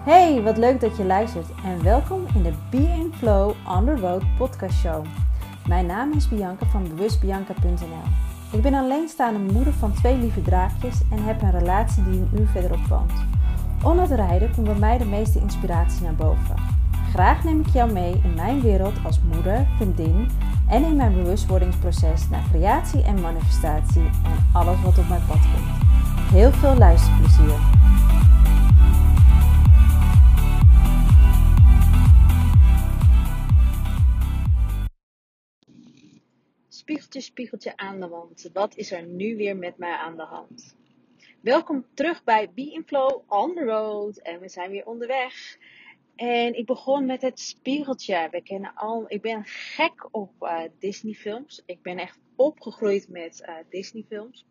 Hey, wat leuk dat je luistert en welkom in de Be in Flow on the Road podcast show. Mijn naam is Bianca van bewustbianca.nl. Ik ben alleenstaande moeder van 2 lieve draakjes en heb een relatie die een uur verderop woont. Onder het rijden komt bij mij de meeste inspiratie naar boven. Graag neem ik jou mee in mijn wereld als moeder, vriendin en in mijn bewustwordingsproces naar creatie en manifestatie en alles wat op mijn pad komt. Heel veel luisterplezier! Spiegeltje, spiegeltje aan de wand. Wat is er nu weer met mij aan de hand? Welkom terug bij Be in Flow on the Road. En we zijn weer onderweg. En ik begon met het spiegeltje. Ik ben gek op Disney films. Ik ben echt opgegroeid met Disney films.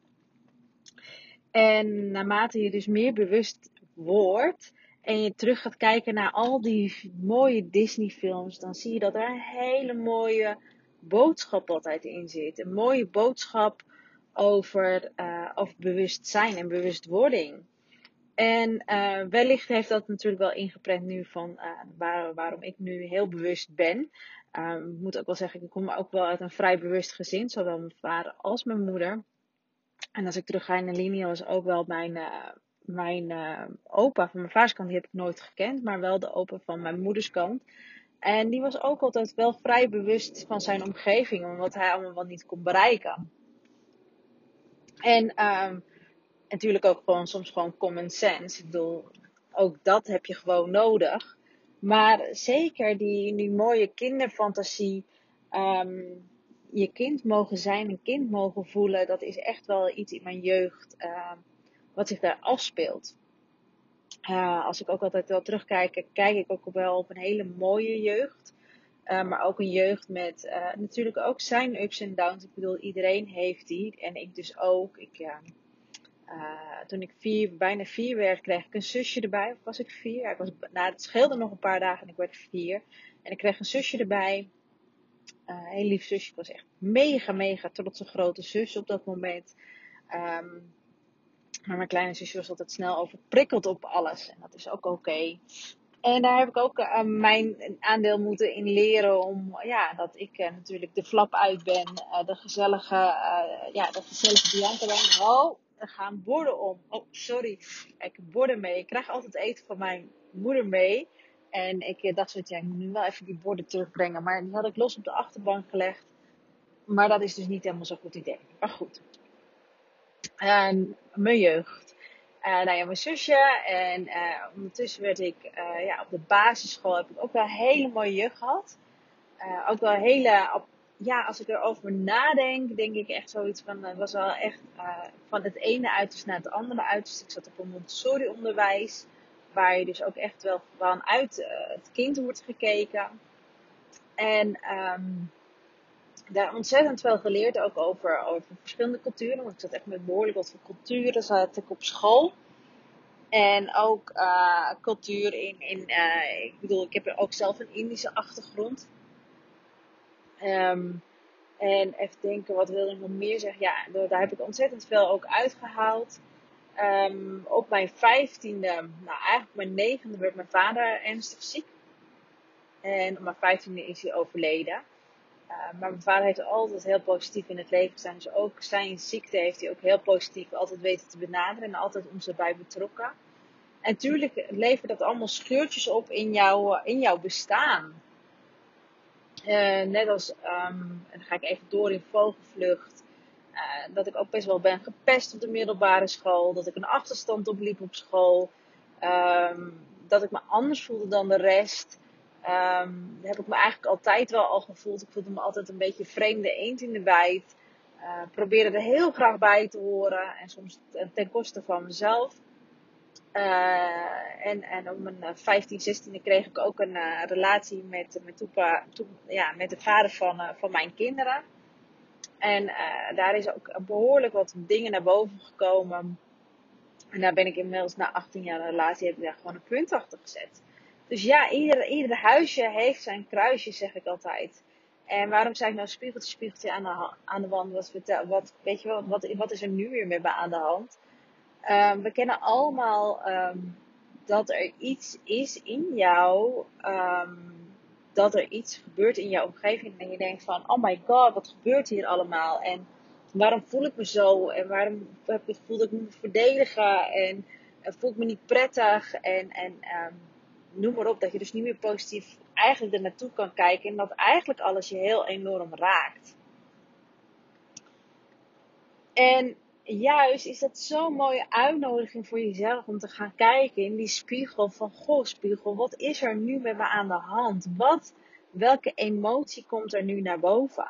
En naarmate je dus meer bewust wordt en je terug gaat kijken naar al die mooie Disney films, dan zie je dat er een hele mooie boodschap altijd in zit. Een mooie boodschap over bewustzijn en bewustwording. En wellicht heeft dat natuurlijk wel ingeprent nu van waarom ik nu heel bewust ben. Ik moet ook wel zeggen, ik kom ook wel uit een vrij bewust gezin, zowel mijn vader als mijn moeder. En als ik terug ga in de linie, was ook wel mijn opa van mijn vaderskant, die heb ik nooit gekend, maar wel de opa van mijn moederskant. En die was ook altijd wel vrij bewust van zijn omgeving, en wat hij allemaal wel niet kon bereiken. En natuurlijk ook gewoon soms gewoon common sense. Ik bedoel, ook dat heb je gewoon nodig. Maar zeker die mooie kinderfantasie, je kind mogen zijn, een kind mogen voelen, dat is echt wel iets in mijn jeugd wat zich daar afspeelt. Als ik ook altijd wel terugkijk, kijk ik ook wel op een hele mooie jeugd. Maar ook een jeugd met natuurlijk ook zijn ups en downs. Ik bedoel, iedereen heeft die. En ik dus ook. Toen ik bijna 4 werd, kreeg ik een zusje erbij. Of was ik 4? Het scheelde nog een paar dagen en ik werd 4. En ik kreeg een zusje erbij. Een heel lief zusje. Ik was echt mega trotse grote zus op dat moment. Maar mijn kleine zusje was altijd snel overprikkeld op alles. En dat is ook oké. En daar heb ik ook mijn aandeel moeten in leren dat ik natuurlijk de flap uit ben. De gezellige Bianca ben. Oh, er gaan borden om. Oh, sorry. Ik heb borden mee. Ik krijg altijd eten van mijn moeder mee. En ik dacht ik moet nu wel even die borden terugbrengen. Maar die had ik los op de achterbank gelegd. Maar dat is dus niet helemaal zo'n goed idee. Maar goed. Mijn jeugd. Mijn zusje. En ondertussen werd ik op de basisschool heb ik ook wel een hele mooie jeugd gehad. Ook wel als ik erover nadenk, denk ik echt zoiets van, het was wel echt van het ene uiterste naar het andere uiterste. Ik zat op een Montessori onderwijs, waar je dus ook echt wel vanuit het kind wordt gekeken. En daar ontzettend veel geleerd, ook over verschillende culturen. Want ik zat echt met behoorlijk wat voor culturen zat ik op school. En ook cultuur ik bedoel, ik heb ook zelf een Indische achtergrond. En even denken, wat wil ik nog meer zeggen? Ja, daar heb ik ontzettend veel ook uitgehaald. Op mijn 15e, eigenlijk mijn 9e, werd mijn vader ernstig ziek. En op mijn 15e is hij overleden. Maar mijn vader heeft altijd heel positief in het leven gestaan. Dus ook zijn ziekte heeft hij ook heel positief altijd weten te benaderen. En altijd ons erbij betrokken. En natuurlijk levert dat allemaal scheurtjes op in jouw bestaan. Net als, en dan ga ik even door in vogelvlucht. Dat ik ook best wel ben gepest op de middelbare school. Dat ik een achterstand opliep op school. Dat ik me anders voelde dan de rest. Dat heb ik me eigenlijk altijd wel al gevoeld. Ik voelde me altijd een beetje vreemde eend in de bijt. Probeerde er heel graag bij te horen. En soms ten koste van mezelf. En op mijn 15, 16e kreeg ik ook een relatie met de vader van mijn kinderen. En daar is ook behoorlijk wat dingen naar boven gekomen. En daar ben ik inmiddels na 18 jaar relatie, heb ik daar gewoon een punt achter gezet. Dus ja, ieder huisje heeft zijn kruisje, zeg ik altijd. En waarom zei ik nou spiegeltje aan de wand? Wat is er nu weer met me aan de hand? We kennen allemaal dat er iets is in jou, dat er iets gebeurt in jouw omgeving en je denkt van, oh my god, wat gebeurt hier allemaal? En waarom voel ik me zo? En waarom heb ik het gevoel dat ik me moet verdedigen? En voel ik me niet prettig? En noem maar op, dat je dus niet meer positief eigenlijk er naartoe kan kijken en dat eigenlijk alles je heel enorm raakt. En juist is dat zo'n mooie uitnodiging voor jezelf om te gaan kijken in die spiegel van, goh spiegel, wat is er nu met me aan de hand? Welke emotie komt er nu naar boven?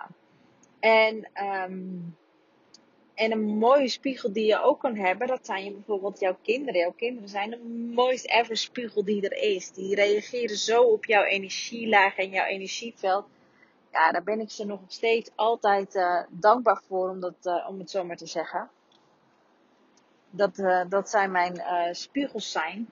En een mooie spiegel die je ook kan hebben, dat zijn bijvoorbeeld jouw kinderen. Jouw kinderen zijn de mooist ever spiegel die er is. Die reageren zo op jouw energielaag en jouw energieveld. Ja, daar ben ik ze nog steeds altijd dankbaar voor, om het zo maar te zeggen. Dat zijn mijn spiegels zijn.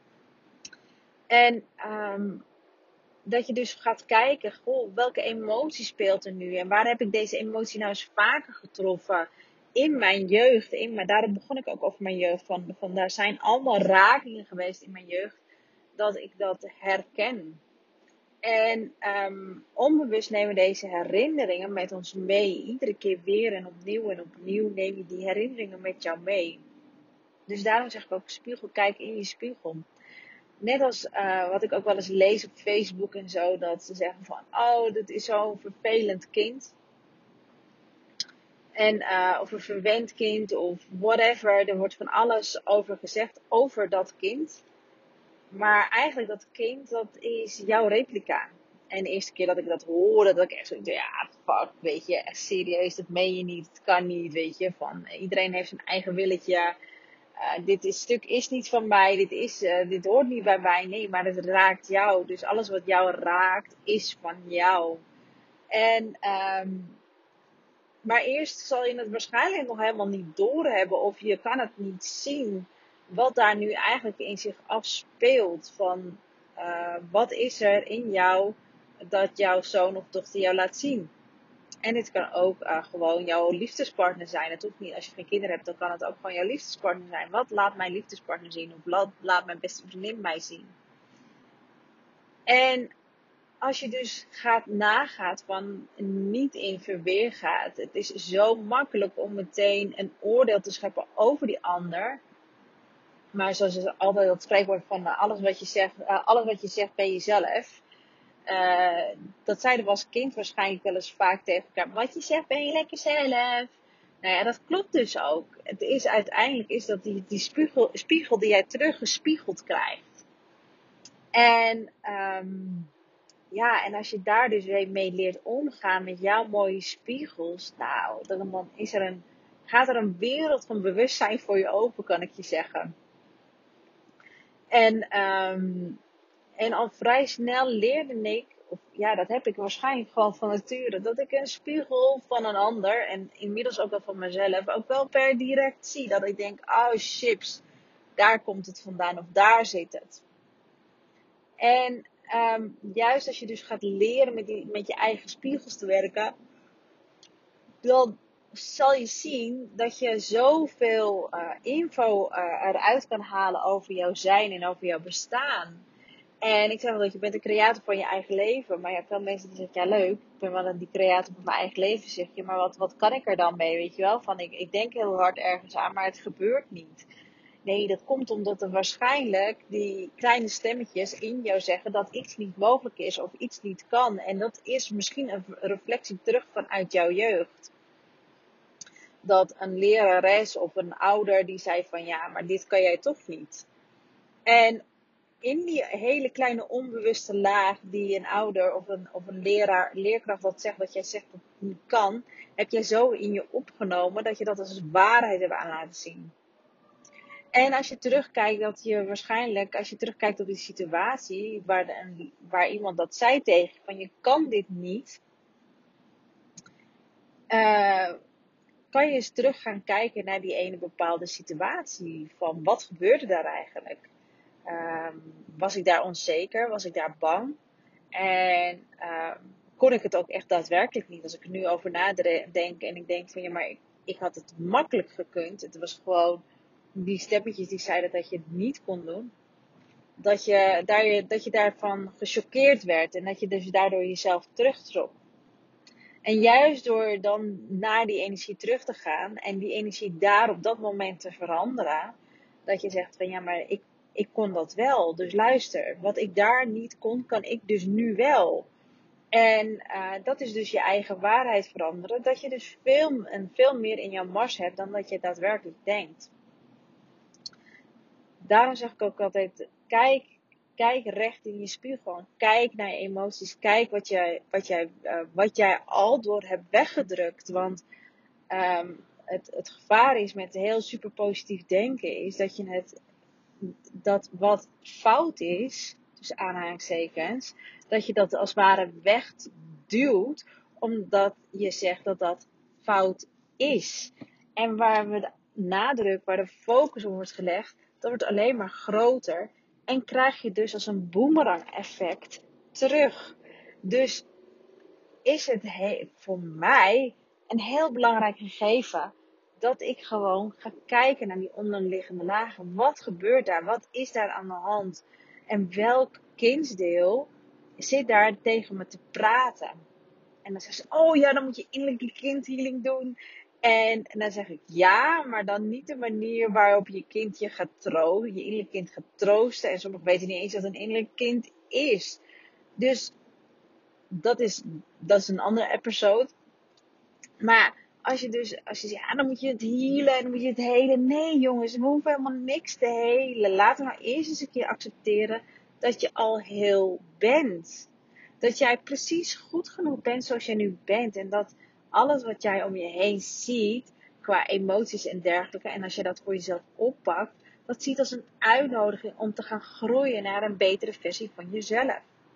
En dat je dus gaat kijken, goh, welke emotie speelt er nu? En waar heb ik deze emotie nou eens vaker getroffen? In mijn jeugd. Daarom begon ik ook over mijn jeugd. Van daar zijn allemaal rakingen geweest in mijn jeugd. Dat ik dat herken. En onbewust nemen we deze herinneringen met ons mee. Iedere keer weer en opnieuw neem je die herinneringen met jou mee. Dus daarom zeg ik ook, spiegel, kijk in je spiegel. Net als wat ik ook wel eens lees op Facebook en zo. Dat ze zeggen van, oh, dit is zo'n vervelend kind. En, of een verwend kind of whatever. Er wordt van alles over gezegd over dat kind. Maar eigenlijk dat kind, dat is jouw replica. En de eerste keer dat ik dat hoorde, dat ik echt zo, ja, fuck, weet je, echt serieus, dat meen je niet, het kan niet, weet je. Van, iedereen heeft zijn eigen willetje. Dit stuk is niet van mij, dit hoort niet bij mij. Nee, maar het raakt jou. Dus alles wat jou raakt, is van jou. En, maar eerst zal je het waarschijnlijk nog helemaal niet doorhebben. Of je kan het niet zien wat daar nu eigenlijk in zich afspeelt. Van wat is er in jou dat jouw zoon of dochter jou laat zien. En dit kan ook gewoon jouw liefdespartner zijn. Het hoeft niet, als je geen kinderen hebt, dan kan het ook gewoon jouw liefdespartner zijn. Wat laat mijn liefdespartner zien? Of laat mijn beste vriendin mij zien? En als je dus nagaat van niet in verweer gaat. Het is zo makkelijk om meteen een oordeel te scheppen over die ander. Maar zoals het altijd dat spreekwoord van alles wat je zegt ben jezelf. Dat zeiden we als kind waarschijnlijk wel eens vaak tegen elkaar. Wat je zegt ben je lekker zelf. Nou ja, dat klopt dus ook. Uiteindelijk is dat die spiegel die jij teruggespiegeld krijgt. En ja, en als je daar dus mee leert omgaan met jouw mooie spiegels, nou, dan gaat er een wereld van bewustzijn voor je open, kan ik je zeggen. En al vrij snel leerde ik, of ja, dat heb ik waarschijnlijk gewoon van nature, dat ik een spiegel van een ander, en inmiddels ook wel van mezelf, ook wel per direct zie. Dat ik denk, oh chips, daar komt het vandaan, of daar zit het. En juist als je dus gaat leren met je eigen spiegels te werken, dan zal je zien dat je zoveel info eruit kan halen over jouw zijn en over jouw bestaan. En ik zeg wel dat je bent de creator van je eigen leven. Maar je hebt veel mensen die zeggen, ja leuk, ik ben wel die creator van mijn eigen leven, zeg je. Maar wat kan ik er dan mee, weet je wel? Van ik denk heel hard ergens aan, maar het gebeurt niet. Nee, dat komt omdat er waarschijnlijk die kleine stemmetjes in jou zeggen dat iets niet mogelijk is of iets niet kan. En dat is misschien een reflectie terug vanuit jouw jeugd. Dat een lerares of een ouder die zei van ja, maar dit kan jij toch niet. En in die hele kleine onbewuste laag die een ouder of een leerkracht dat zegt dat jij zegt dat het niet kan, heb jij zo in je opgenomen dat je dat als waarheid hebt aan laten zien. En als je terugkijkt, dat je waarschijnlijk, als je terugkijkt op die situatie waar iemand dat zei tegen van je kan dit niet, kan je eens terug gaan kijken naar die ene bepaalde situatie. Van wat gebeurde daar eigenlijk? Was ik daar onzeker? Was ik daar bang? En kon ik het ook echt daadwerkelijk niet? Als ik er nu over nadenk en ik denk van ja, maar ik had het makkelijk gekund. Het was gewoon die stemmetjes die zeiden dat je het niet kon doen. dat je daarvan gechoqueerd werd. En dat je dus daardoor jezelf terugtrok. En juist door dan naar die energie terug te gaan en die energie daar op dat moment te veranderen, dat je zegt van ja, maar ik kon dat wel. Dus luister, wat ik daar niet kon, kan ik dus nu wel. En dat is dus je eigen waarheid veranderen. Dat je dus veel meer in jouw mars hebt dan dat je daadwerkelijk denkt. Daarom zeg ik ook altijd, kijk recht in je spiegel. Kijk naar je emoties. Kijk wat jij al door hebt weggedrukt. Want het gevaar is met heel super positief denken, is dat wat fout is, tussen aanhalingstekens, dat je dat als het ware wegduwt, omdat je zegt dat dat fout is. En waar de focus op wordt gelegd, dat wordt alleen maar groter. En krijg je dus als een boemerang effect terug. Dus is het voor mij een heel belangrijk gegeven dat ik gewoon ga kijken naar die onderliggende lagen. Wat gebeurt daar? Wat is daar aan de hand? En welk kindsdeel zit daar tegen me te praten? En dan zegt ze, oh ja, dan moet je innerlijke kindhealing doen. En dan zeg ik, ja, maar dan niet de manier waarop je kind je innerlijk kind gaat troosten. En sommigen weten niet eens wat een innerlijk kind is. Dus dat is een andere episode. Maar als je zegt, ja, dan moet je het healen en dan moet je het helen. Nee jongens, we hoeven helemaal niks te helen. Laten we nou eerst eens een keer accepteren dat je al heel bent. Dat jij precies goed genoeg bent zoals jij nu bent. En dat alles wat jij om je heen ziet, qua emoties en dergelijke. En als je dat voor jezelf oppakt, dat ziet als een uitnodiging om te gaan groeien naar een betere versie van jezelf.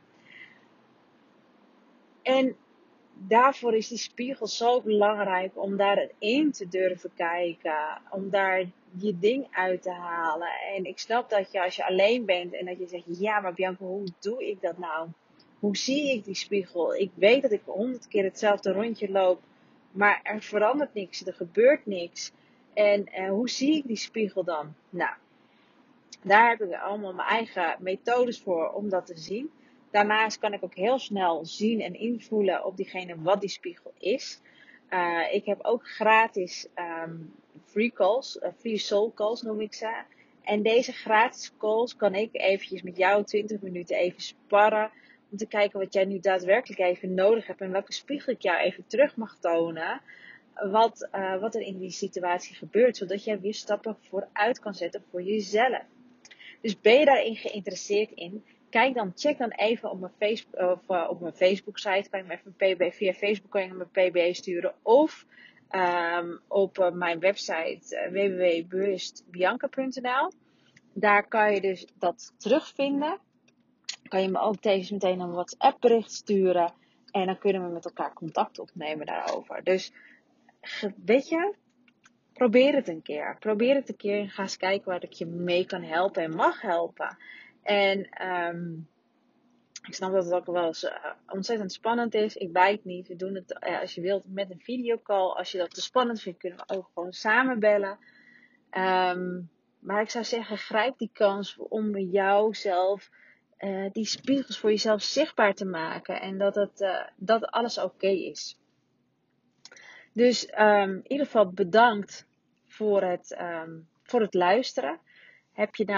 En daarvoor is die spiegel zo belangrijk om daarin te durven kijken. Om daar je ding uit te halen. En ik snap dat je als je alleen bent en dat je zegt, ja maar Bianca, hoe doe ik dat nou? Hoe zie ik die spiegel? Ik weet dat ik 100 keer hetzelfde rondje loop. Maar er verandert niks. Er gebeurt niks. En hoe zie ik die spiegel dan? Nou, daar heb ik allemaal mijn eigen methodes voor om dat te zien. Daarnaast kan ik ook heel snel zien en invoelen op diegene wat die spiegel is. Ik heb ook gratis free calls, free soul calls noem ik ze. En deze gratis calls kan ik eventjes met jou 20 minuten even sparren. Om te kijken wat jij nu daadwerkelijk even nodig hebt. En welke spiegel ik jou even terug mag tonen. Wat er in die situatie gebeurt. Zodat jij weer stappen vooruit kan zetten voor jezelf. Dus ben je daarin geïnteresseerd in? Check dan even op mijn Facebook site. Kan je me even een pb, via Facebook kan je me een pb sturen. Of op mijn website www.bewustbianca.nl. Daar kan je dus dat terugvinden. Kan je me ook meteen een WhatsApp bericht sturen. En dan kunnen we met elkaar contact opnemen daarover. Dus weet je, probeer het een keer. Probeer het een keer en ga eens kijken waar ik je mee kan helpen en mag helpen. En ik snap dat het ook wel eens ontzettend spannend is. Ik bijt niet. We doen het als je wilt met een videocall. Als je dat te spannend vindt, kunnen we ook gewoon samen bellen. Maar ik zou zeggen, grijp die kans om jouzelf die spiegels voor jezelf zichtbaar te maken. En dat alles oké is. Dus in ieder geval bedankt voor het luisteren. Heb je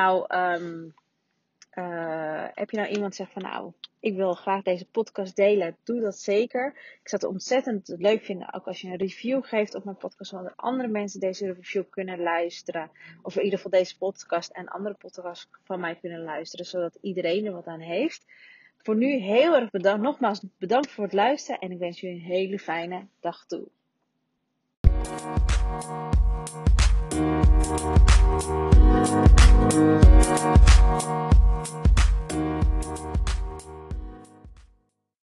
nou iemand zegt van nou, ik wil graag deze podcast delen. Doe dat zeker. Ik zou het ontzettend leuk vinden ook als je een review geeft op mijn podcast. Zodat andere mensen deze review kunnen luisteren. Of in ieder geval deze podcast en andere podcasts van mij kunnen luisteren. Zodat iedereen er wat aan heeft. Voor nu heel erg bedankt. Nogmaals bedankt voor het luisteren. En ik wens jullie een hele fijne dag toe.